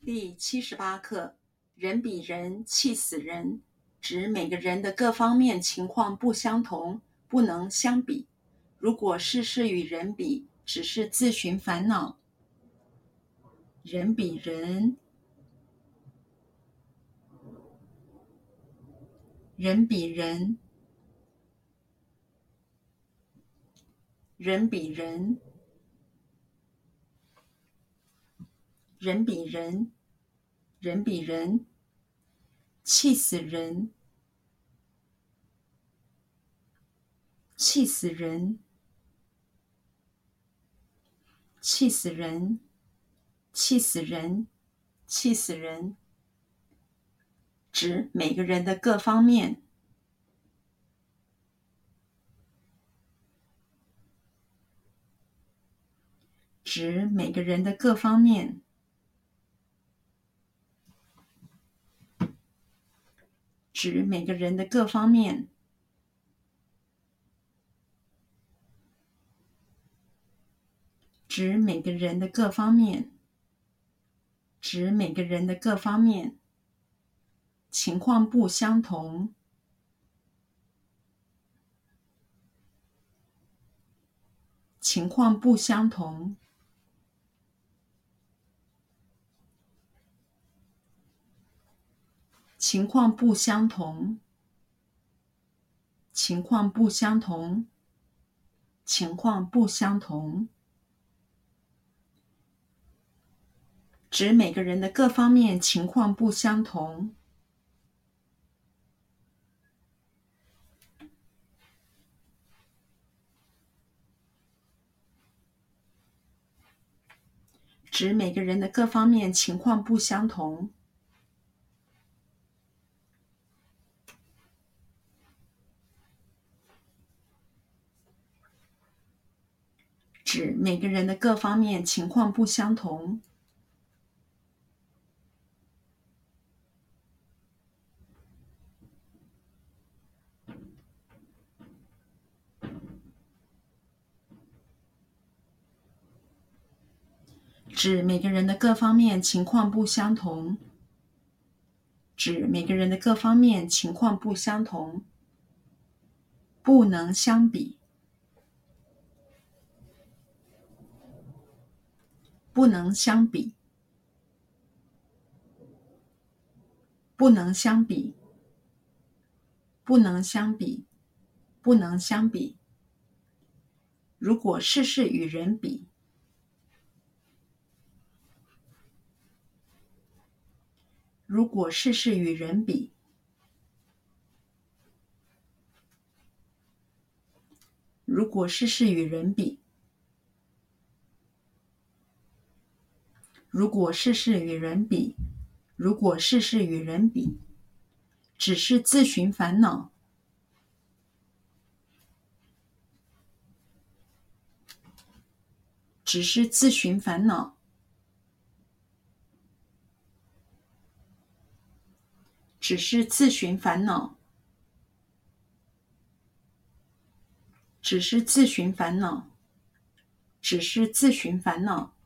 第78课，人比人气死人，指每个人的各方面情况不相同，不能相比。如果事事与人比，只是自寻烦恼。人比人，人比人，人比人，人比人，人比人，气死人，气死人，气死人，气死人，气死人，指每个人的各方面。指每个人的各方面。指每个人的各方面。指每个人的各方面。指每个人的各方面。情况不相同。情况不相同。情况不相同。情况不相同。情况不相同。指每个人的各方面情况不相同。指每个人的各方面情况不相同。指每个人的各方面情况不相同。指每个人的各方面情况不相同。指每个人的各方面情况不相同。不能相比。不能相比。不能相比。不能相比。不能相比。如果事事与人比。如果事事与人比。如果事事与人比。如果事事与人比。如果事事与人比。只是自寻烦恼。只是自寻烦恼。只是自寻烦恼。只是自寻烦恼。只是自寻烦恼。